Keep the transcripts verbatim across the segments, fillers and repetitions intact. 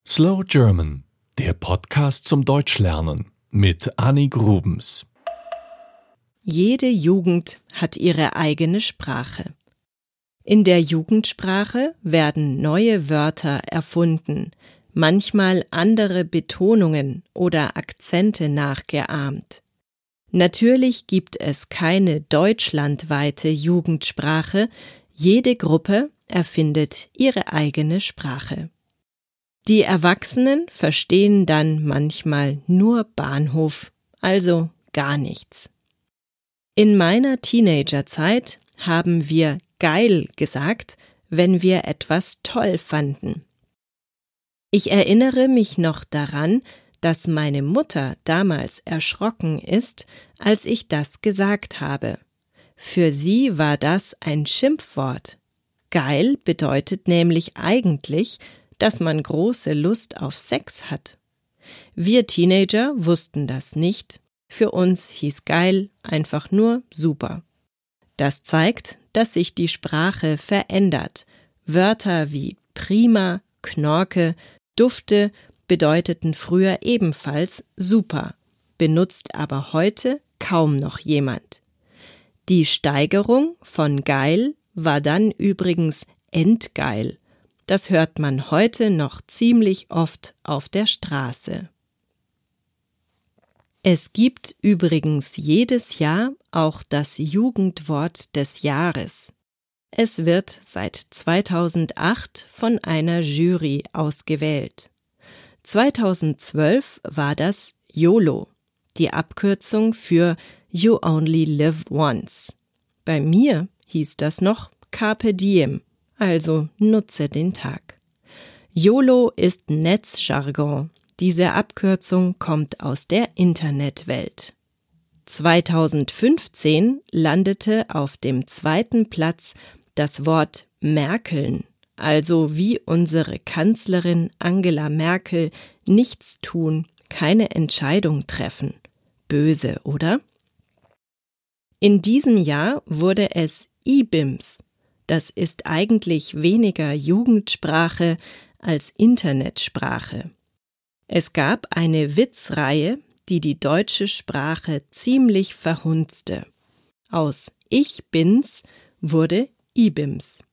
Slow German, der Podcast zum Deutschlernen mit Anni Grubens. Jede Jugend hat ihre eigene Sprache. In der Jugendsprache werden neue Wörter erfunden, manchmal andere Betonungen oder Akzente nachgeahmt. Natürlich gibt es keine deutschlandweite Jugendsprache, jede Gruppe erfindet ihre eigene Sprache. Die Erwachsenen verstehen dann manchmal nur Bahnhof, also gar nichts. In meiner Teenagerzeit haben wir geil gesagt, wenn wir etwas toll fanden. Ich erinnere mich noch daran, dass meine Mutter damals erschrocken ist, als ich das gesagt habe. Für sie war das ein Schimpfwort. Geil bedeutet nämlich eigentlich, dass man große Lust auf Sex hat. Wir Teenager wussten das nicht. Für uns hieß geil einfach nur super. Das zeigt, dass sich die Sprache verändert. Wörter wie prima, Knorke, dufte bedeuteten früher ebenfalls super, benutzt aber heute kaum noch jemand. Die Steigerung von geil war dann übrigens endgeil. Das hört man heute noch ziemlich oft auf der Straße. Es gibt übrigens jedes Jahr auch das Jugendwort des Jahres. Es wird seit zweitausendacht von einer Jury ausgewählt. zweitausendzwölf war das YOLO, die Abkürzung für You Only Live Once. Bei mir hieß das noch Carpe Diem. Also nutze den Tag. YOLO ist Netzjargon. Diese Abkürzung kommt aus der Internetwelt. zweitausendfünfzehn landete auf dem zweiten Platz das Wort Merkeln, also wie unsere Kanzlerin Angela Merkel nichts tun, keine Entscheidung treffen. Böse, oder? In diesem Jahr wurde es I B I M S. Das ist eigentlich weniger Jugendsprache als Internetsprache. Es gab eine Witzreihe, die die deutsche Sprache ziemlich verhunzte. Aus Ich bin's wurde I B I M S.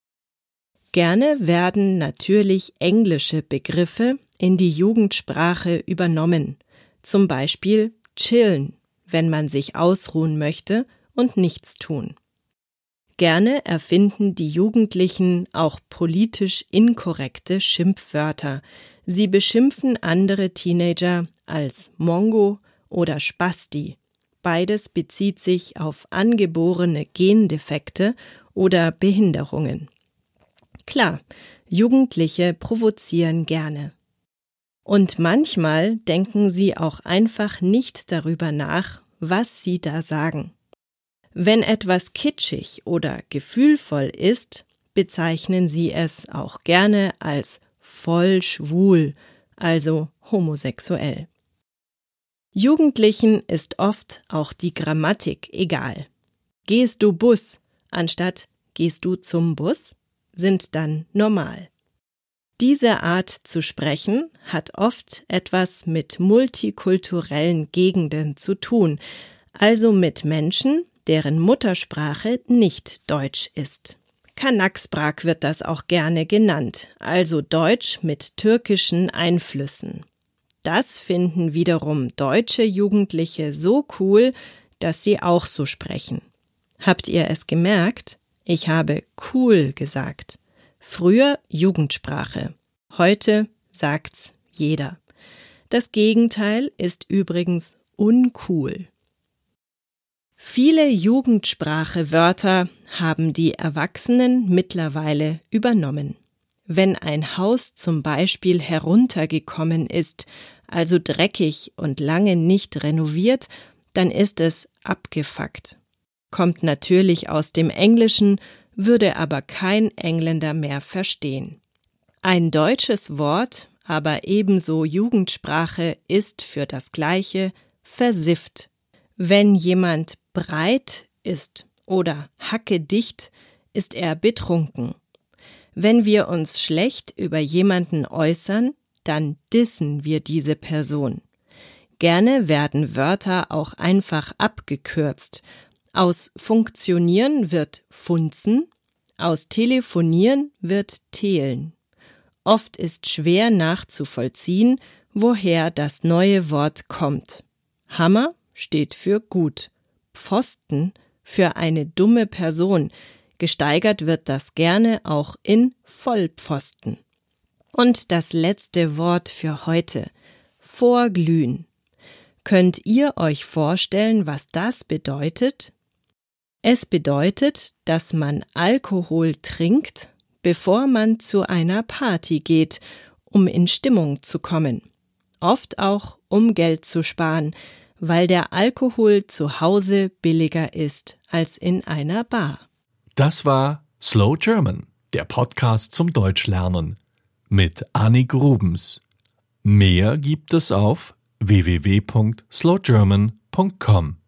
Gerne werden natürlich englische Begriffe in die Jugendsprache übernommen. Zum Beispiel chillen, wenn man sich ausruhen möchte und nichts tun. Gerne erfinden die Jugendlichen auch politisch inkorrekte Schimpfwörter. Sie beschimpfen andere Teenager als Mongo oder Spasti. Beides bezieht sich auf angeborene Gendefekte oder Behinderungen. Klar, Jugendliche provozieren gerne. Und manchmal denken sie auch einfach nicht darüber nach, was sie da sagen. Wenn etwas kitschig oder gefühlvoll ist, bezeichnen sie es auch gerne als voll schwul, also homosexuell. Jugendlichen ist oft auch die Grammatik egal. Gehst du Bus anstatt gehst du zum Bus sind dann normal. Diese Art zu sprechen hat oft etwas mit multikulturellen Gegenden zu tun, also mit Menschen, deren Muttersprache nicht Deutsch ist. Kanaksbrak wird das auch gerne genannt, also Deutsch mit türkischen Einflüssen. Das finden wiederum deutsche Jugendliche so cool, dass sie auch so sprechen. Habt ihr es gemerkt? Ich habe cool gesagt. Früher Jugendsprache, heute sagt's jeder. Das Gegenteil ist übrigens uncool. Viele Jugendsprache-Wörter haben die Erwachsenen mittlerweile übernommen. Wenn ein Haus zum Beispiel heruntergekommen ist, also dreckig und lange nicht renoviert, dann ist es abgefuckt. Kommt natürlich aus dem Englischen, würde aber kein Engländer mehr verstehen. Ein deutsches Wort, aber ebenso Jugendsprache ist für das Gleiche versifft. Wenn jemand breit ist oder hackedicht, ist er betrunken. Wenn wir uns schlecht über jemanden äußern, dann dissen wir diese Person. Gerne werden Wörter auch einfach abgekürzt. Aus funktionieren wird funzen, aus telefonieren wird tehlen. Oft ist schwer nachzuvollziehen, woher das neue Wort kommt. Hammer steht für gut, Pfosten für eine dumme Person. Gesteigert wird das gerne auch in Vollpfosten. Und das letzte Wort für heute: vorglühen. Könnt ihr euch vorstellen, was das bedeutet? Es bedeutet, dass man Alkohol trinkt, bevor man zu einer Party geht, um in Stimmung zu kommen. Oft auch, um Geld zu sparen, weil der Alkohol zu Hause billiger ist als in einer Bar. Das war Slow German, der Podcast zum Deutschlernen mit Annik Grubens. Mehr gibt es auf w w w punkt slow german punkt com.